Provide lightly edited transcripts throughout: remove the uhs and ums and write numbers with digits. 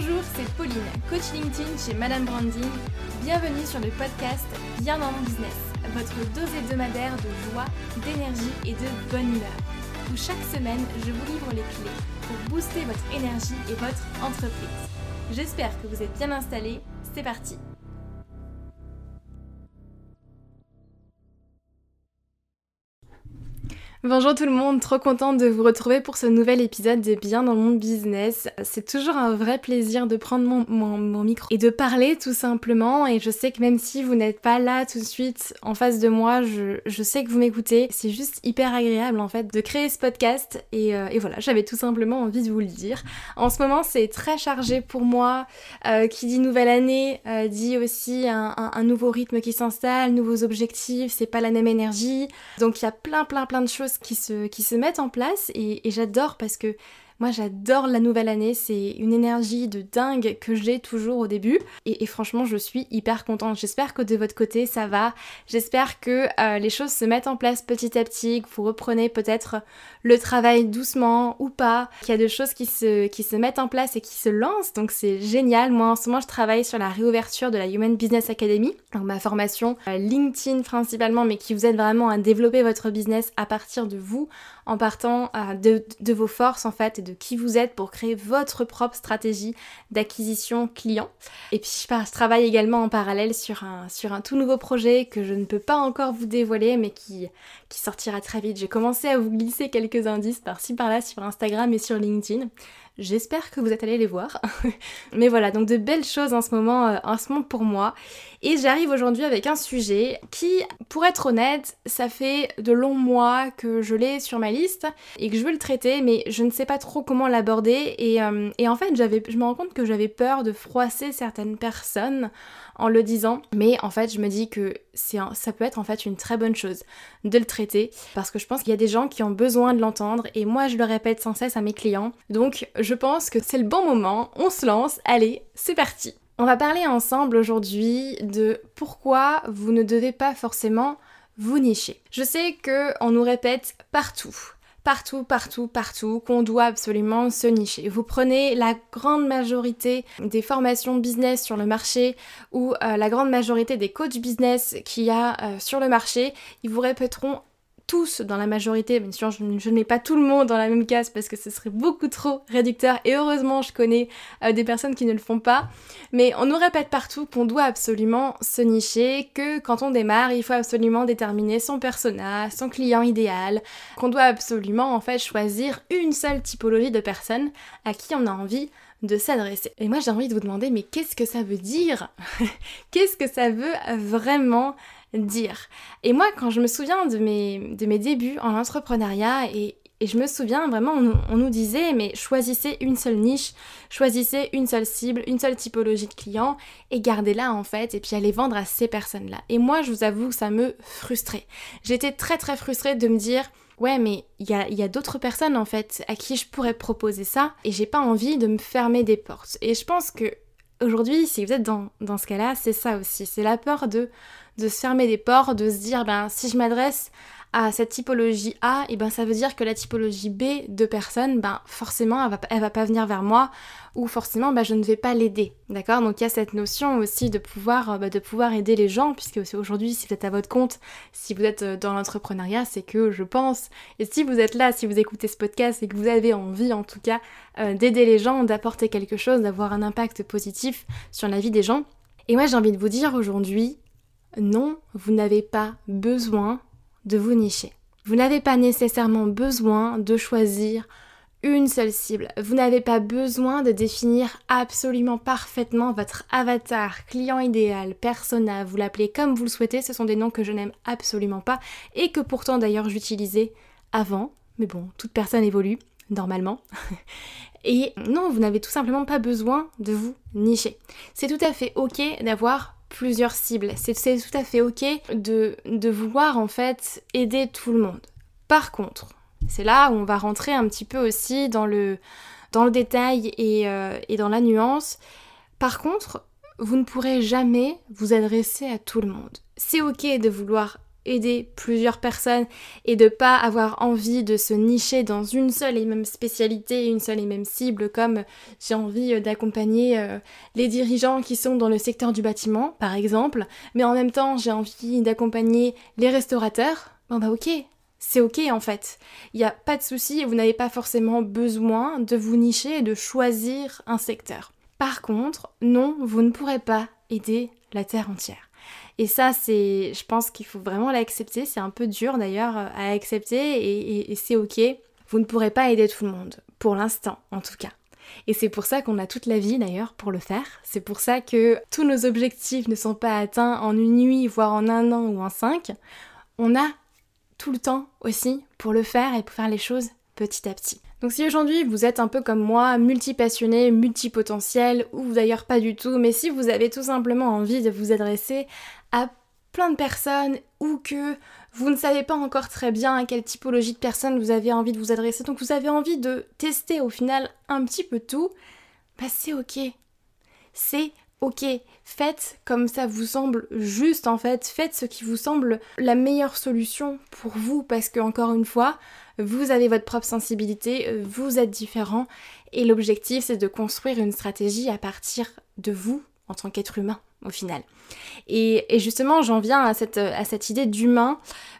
Bonjour, c'est Pauline, coach LinkedIn chez Madame Branding. Bienvenue sur le podcast Bien dans mon business, votre dose hebdomadaire de joie, d'énergie et de bonne humeur. Où chaque semaine, je vous livre les clés pour booster votre énergie et votre entreprise. J'espère que vous êtes bien installés, c'est parti. Bonjour tout le monde, trop contente de vous retrouver pour ce nouvel épisode de Bien dans mon business. C'est toujours un vrai plaisir de prendre mon micro et de parler tout simplement, et je sais que même si vous n'êtes pas là tout de suite en face de moi, je sais que vous m'écoutez. C'est juste hyper agréable en fait de créer ce podcast et voilà, j'avais tout simplement envie de vous le dire. En ce moment c'est très chargé pour moi, qui dit nouvelle année dit aussi un nouveau rythme qui s'installe, nouveaux objectifs, c'est pas la même énergie, donc il y a plein de choses qui se mettent en place et j'adore parce que moi j'adore la nouvelle année, c'est une énergie de dingue que j'ai toujours au début et franchement je suis hyper contente. J'espère que de votre côté ça va, j'espère que les choses se mettent en place petit à petit, que vous reprenez peut-être le travail doucement ou pas, qu'il y a des choses qui se mettent en place et qui se lancent, donc c'est génial. Moi en ce moment je travaille sur la réouverture de la Human Business Academy, donc ma formation LinkedIn principalement, mais qui vous aide vraiment à développer votre business à partir de vous, en partant de vos forces en fait et de qui vous êtes pour créer votre propre stratégie d'acquisition client. Et puis je travaille également en parallèle sur un tout nouveau projet que je ne peux pas encore vous dévoiler mais qui sortira très vite. J'ai commencé à vous glisser quelques indices par-ci par-là sur Instagram et sur LinkedIn. J'espère que vous êtes allés les voir. Mais voilà, donc de belles choses en ce moment pour moi. Et j'arrive aujourd'hui avec un sujet qui, pour être honnête, ça fait de longs mois que je l'ai sur ma liste et que je veux le traiter, mais je ne sais pas trop comment l'aborder. Et en fait, je me rends compte que j'avais peur de froisser certaines personnes en le disant, mais en fait je me dis que ça peut être en fait une très bonne chose de le traiter, parce que je pense qu'il y a des gens qui ont besoin de l'entendre et moi je le répète sans cesse à mes clients, donc je pense que c'est le bon moment, on se lance, allez, c'est parti. On va parler ensemble aujourd'hui de pourquoi vous ne devez pas forcément vous nicher. Je sais qu'on nous répète partout qu'on doit absolument se nicher. Vous prenez la grande majorité des formations business sur le marché ou la grande majorité des coachs business qu'il y a sur le marché, ils vous répéteront tous, dans la majorité, bien sûr je ne mets pas tout le monde dans la même case parce que ce serait beaucoup trop réducteur et heureusement je connais des personnes qui ne le font pas, mais on nous répète partout qu'on doit absolument se nicher, que quand on démarre il faut absolument déterminer son persona, son client idéal, qu'on doit absolument en fait choisir une seule typologie de personnes à qui on a envie de s'adresser. Et moi j'ai envie de vous demander, mais qu'est-ce que ça veut dire? Qu'est-ce que ça veut vraiment dire? Et moi quand je me souviens de mes débuts en entrepreneuriat et je me souviens vraiment on nous disait mais choisissez une seule niche, choisissez une seule cible, une seule typologie de clients et gardez-la en fait et puis allez vendre à ces personnes-là. Et moi je vous avoue que ça me frustrait. J'étais très frustrée de me dire ouais mais il y a d'autres personnes en fait à qui je pourrais proposer ça et j'ai pas envie de me fermer des portes. Et je pense que aujourd'hui, si vous êtes dans ce cas-là, c'est ça aussi, c'est la peur de se fermer des portes, de se dire si je m'adresse à cette typologie A, et ça veut dire que la typologie B de personnes, forcément elle va pas venir vers moi, ou forcément je ne vais pas l'aider, d'accord? Donc il y a cette notion aussi de pouvoir aider les gens, puisque aujourd'hui si vous êtes à votre compte, si vous êtes dans l'entrepreneuriat, c'est que je pense, et si vous êtes là, si vous écoutez ce podcast et que vous avez envie en tout cas d'aider les gens, d'apporter quelque chose, d'avoir un impact positif sur la vie des gens, et moi j'ai envie de vous dire aujourd'hui, non, vous n'avez pas besoin de vous nicher. Vous n'avez pas nécessairement besoin de choisir une seule cible. Vous n'avez pas besoin de définir absolument parfaitement votre avatar, client idéal, persona, vous l'appelez comme vous le souhaitez, ce sont des noms que je n'aime absolument pas et que pourtant d'ailleurs j'utilisais avant, mais bon, toute personne évolue, normalement. Et non, vous n'avez tout simplement pas besoin de vous nicher. C'est tout à fait ok d'avoir plusieurs cibles. C'est tout à fait ok de vouloir en fait aider tout le monde. Par contre, c'est là où on va rentrer un petit peu aussi dans le détail et dans la nuance. Par contre, vous ne pourrez jamais vous adresser à tout le monde. C'est ok de vouloir aider plusieurs personnes et de pas avoir envie de se nicher dans une seule et même spécialité, une seule et même cible, comme j'ai envie d'accompagner les dirigeants qui sont dans le secteur du bâtiment, par exemple, mais en même temps j'ai envie d'accompagner les restaurateurs, bon bah ok, c'est ok en fait. Il n'y a pas de souci, vous n'avez pas forcément besoin de vous nicher et de choisir un secteur. Par contre, non, vous ne pourrez pas aider la terre entière. Et ça, je pense qu'il faut vraiment l'accepter, c'est un peu dur d'ailleurs à accepter et c'est ok. Vous ne pourrez pas aider tout le monde, pour l'instant en tout cas. Et c'est pour ça qu'on a toute la vie d'ailleurs pour le faire. C'est pour ça que tous nos objectifs ne sont pas atteints en une nuit, voire en 1 an ou en 5. On a tout le temps aussi pour le faire et pour faire les choses petit à petit. Donc si aujourd'hui vous êtes un peu comme moi, multipassionné, multipotentiel, ou d'ailleurs pas du tout, mais si vous avez tout simplement envie de vous adresser à plein de personnes ou que vous ne savez pas encore très bien à quelle typologie de personnes vous avez envie de vous adresser, donc vous avez envie de tester au final un petit peu tout, bah c'est ok. C'est ok. Faites comme ça vous semble juste en fait, faites ce qui vous semble la meilleure solution pour vous parce que encore une fois, vous avez votre propre sensibilité, vous êtes différent et l'objectif c'est de construire une stratégie à partir de vous en tant qu'être humain au final. Et justement j'en viens à cette idée d'humain.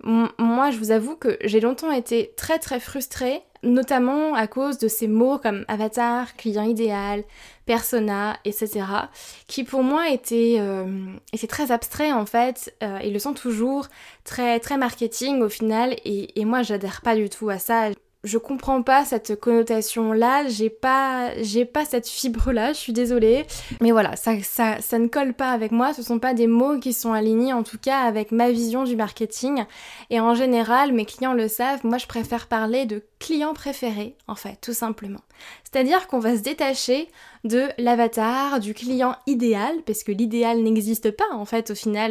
Moi je vous avoue que j'ai longtemps été très très frustrée, notamment à cause de ces mots comme avatar, client idéal, persona, etc. qui pour moi étaient très abstraits en fait, ils le sont toujours, très, très marketing au final et moi j'adhère pas du tout à ça. Je comprends pas cette connotation-là, j'ai pas cette fibre-là, je suis désolée. Mais voilà, ça ne colle pas avec moi, ce sont pas des mots qui sont alignés en tout cas avec ma vision du marketing. Et en général, mes clients le savent, moi je préfère parler de clients préférés, en fait, tout simplement. C'est-à-dire qu'on va se détacher de l'avatar, du client idéal, parce que l'idéal n'existe pas en fait au final.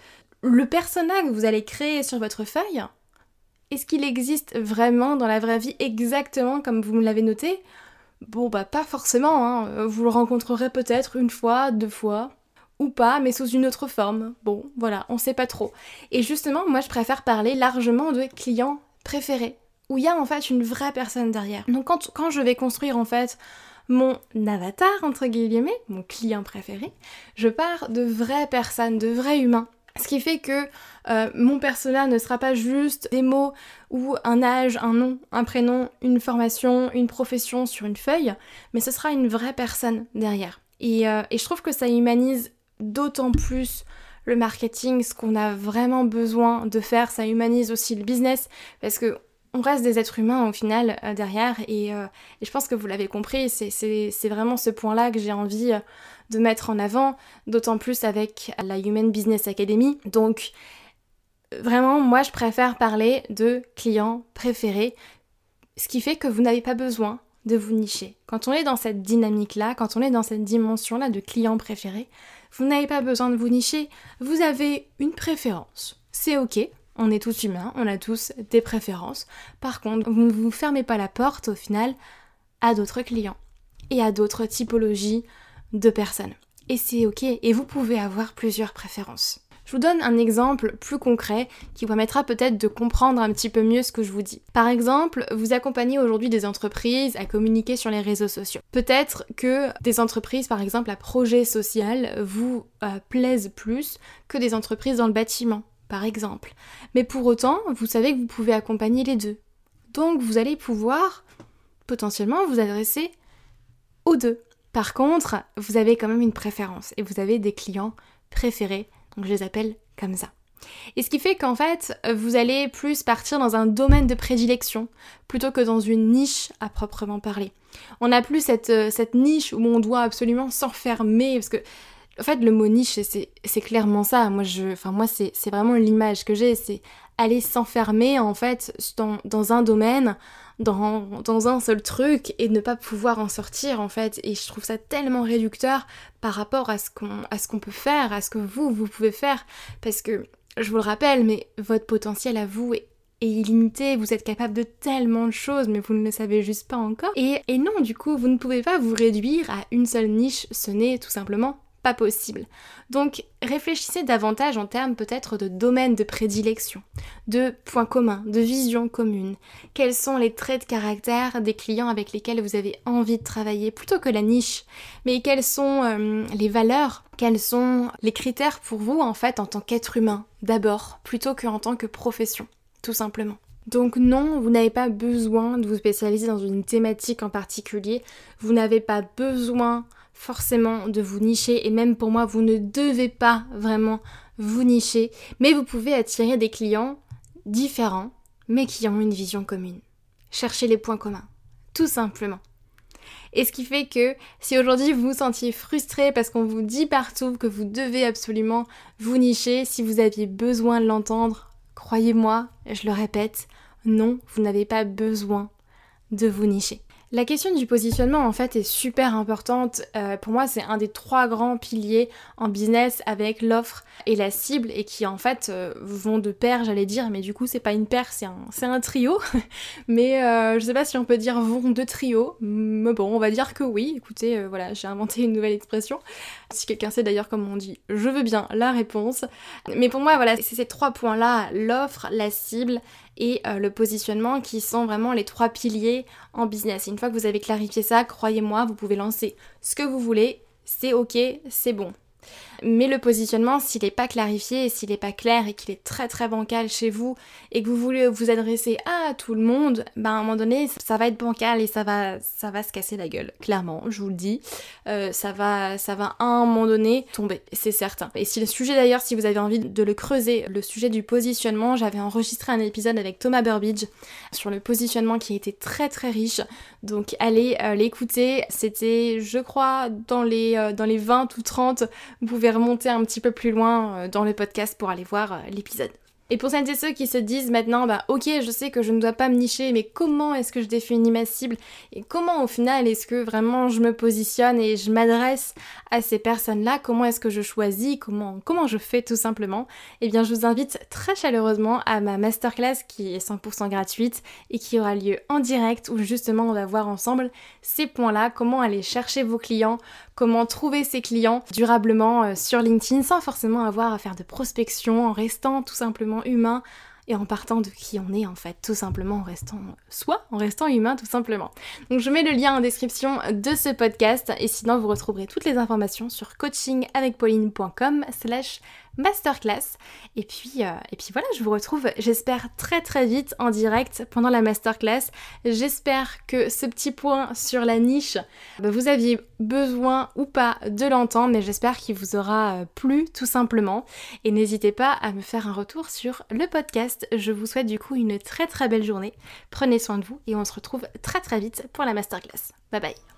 Le persona que vous allez créer sur votre feuille, est-ce qu'il existe vraiment dans la vraie vie exactement comme vous me l'avez noté ? Bon bah pas forcément, hein. Vous le rencontrerez peut-être 1 fois, 2 fois, ou pas, mais sous une autre forme. Bon, voilà, on sait pas trop. Et justement, moi je préfère parler largement de clients préférés, où il y a en fait une vraie personne derrière. Donc quand je vais construire en fait mon avatar, entre guillemets, mon client préféré, je pars de vraies personnes, de vrais humains. Ce qui fait que mon persona ne sera pas juste des mots ou un âge, un nom, un prénom, une formation, une profession sur une feuille, mais ce sera une vraie personne derrière. Et je trouve que ça humanise d'autant plus le marketing, ce qu'on a vraiment besoin de faire, ça humanise aussi le business, parce que on reste des êtres humains au final derrière, et je pense que vous l'avez compris, c'est vraiment ce point-là que j'ai envie de mettre en avant, d'autant plus avec la Human Business Academy. Donc vraiment, moi je préfère parler de clients préférés, ce qui fait que vous n'avez pas besoin de vous nicher. Quand on est dans cette dynamique-là, quand on est dans cette dimension-là de clients préférés, vous n'avez pas besoin de vous nicher, vous avez une préférence. C'est ok, on est tous humains, on a tous des préférences. Par contre, vous ne vous fermez pas la porte au final à d'autres clients et à d'autres typologies de personnes. Et c'est ok, et vous pouvez avoir plusieurs préférences. Je vous donne un exemple plus concret qui vous permettra peut-être de comprendre un petit peu mieux ce que je vous dis. Par exemple, vous accompagnez aujourd'hui des entreprises à communiquer sur les réseaux sociaux. Peut-être que des entreprises, par exemple à projet social, vous plaisent plus que des entreprises dans le bâtiment, par exemple. Mais pour autant, vous savez que vous pouvez accompagner les deux. Donc vous allez pouvoir potentiellement vous adresser aux deux. Par contre, vous avez quand même une préférence et vous avez des clients préférés, donc je les appelle comme ça. Et ce qui fait qu'en fait, vous allez plus partir dans un domaine de prédilection plutôt que dans une niche à proprement parler. On n'a plus cette niche où on doit absolument s'enfermer, parce que en fait le mot niche c'est clairement ça. Moi c'est vraiment l'image que j'ai, c'est aller s'enfermer en fait dans un domaine, dans un seul truc et ne pas pouvoir en sortir en fait. Et je trouve ça tellement réducteur par rapport à ce qu'on peut faire, à ce que vous pouvez faire, parce que je vous le rappelle, mais votre potentiel à vous est illimité, vous êtes capable de tellement de choses, mais vous ne le savez juste pas encore. Et non, du coup, vous ne pouvez pas vous réduire à une seule niche, ce n'est tout simplement pas possible. Donc réfléchissez davantage en termes peut-être de domaine de prédilection, de points communs, de vision commune. Quels sont les traits de caractère des clients avec lesquels vous avez envie de travailler plutôt que la niche? Mais quelles sont les valeurs? Quels sont les critères pour vous en fait en tant qu'être humain d'abord, plutôt qu'en tant que profession, tout simplement. Donc non, vous n'avez pas besoin de vous spécialiser dans une thématique en particulier, vous n'avez pas besoin forcément de vous nicher, et même pour moi, vous ne devez pas vraiment vous nicher, mais vous pouvez attirer des clients différents, mais qui ont une vision commune. Cherchez les points communs, tout simplement. Et ce qui fait que si aujourd'hui vous vous sentiez frustré parce qu'on vous dit partout que vous devez absolument vous nicher, si vous aviez besoin de l'entendre, croyez-moi, je le répète, non, vous n'avez pas besoin de vous nicher. La question du positionnement en fait est super importante. Pour moi, c'est un des 3 grands piliers en business avec l'offre et la cible et qui en fait vont de pair, j'allais dire, mais du coup c'est pas une paire, c'est un trio. Mais je sais pas si on peut dire vont de trio, mais bon, on va dire que oui. Écoutez, voilà, j'ai inventé une nouvelle expression. Si quelqu'un sait d'ailleurs comment on dit, je veux bien la réponse. Mais pour moi, voilà, c'est ces 3 points-là, l'offre, la cible et le positionnement qui sont vraiment les 3 piliers en business. Et une fois que vous avez clarifié ça, croyez-moi, vous pouvez lancer ce que vous voulez, c'est ok, c'est bon. Mais le positionnement, s'il n'est pas clarifié, s'il n'est pas clair et qu'il est très très bancal chez vous et que vous voulez vous adresser à tout le monde, à un moment donné, ça va être bancal et ça va se casser la gueule. Clairement, je vous le dis, ça va à un moment donné tomber, c'est certain. Et si le sujet d'ailleurs, si vous avez envie de le creuser, le sujet du positionnement, j'avais enregistré un épisode avec Thomas Burbidge sur le positionnement qui était très très riche. Donc allez l'écouter, c'était je crois dans les 20 ou 30, vous pouvez remonter un petit peu plus loin dans le podcast pour aller voir l'épisode. Et pour celles et ceux qui se disent maintenant, ok, je sais que je ne dois pas me nicher, mais comment est-ce que je définis ma cible? Et comment au final est-ce que vraiment je me positionne et je m'adresse à ces personnes-là? Comment est-ce que je choisis? Comment je fais tout simplement? Eh bien, je vous invite très chaleureusement à ma masterclass qui est 100% gratuite et qui aura lieu en direct où justement on va voir ensemble ces points-là, comment aller chercher vos clients, comment trouver ses clients durablement sur LinkedIn sans forcément avoir à faire de prospection, en restant tout simplement humain et en partant de qui on est en fait, tout simplement en restant soi, en restant humain tout simplement. Donc je mets le lien en description de ce podcast et sinon vous retrouverez toutes les informations sur coachingavecpauline.com/masterclass et puis voilà, je vous retrouve j'espère très très vite en direct pendant la masterclass. J'espère que ce petit point sur la niche, vous aviez besoin ou pas de l'entendre, mais j'espère qu'il vous aura plu tout simplement et n'hésitez pas à me faire un retour sur le podcast. Je vous souhaite du coup une très très belle journée, prenez soin de vous et on se retrouve très très vite pour la masterclass. Bye bye.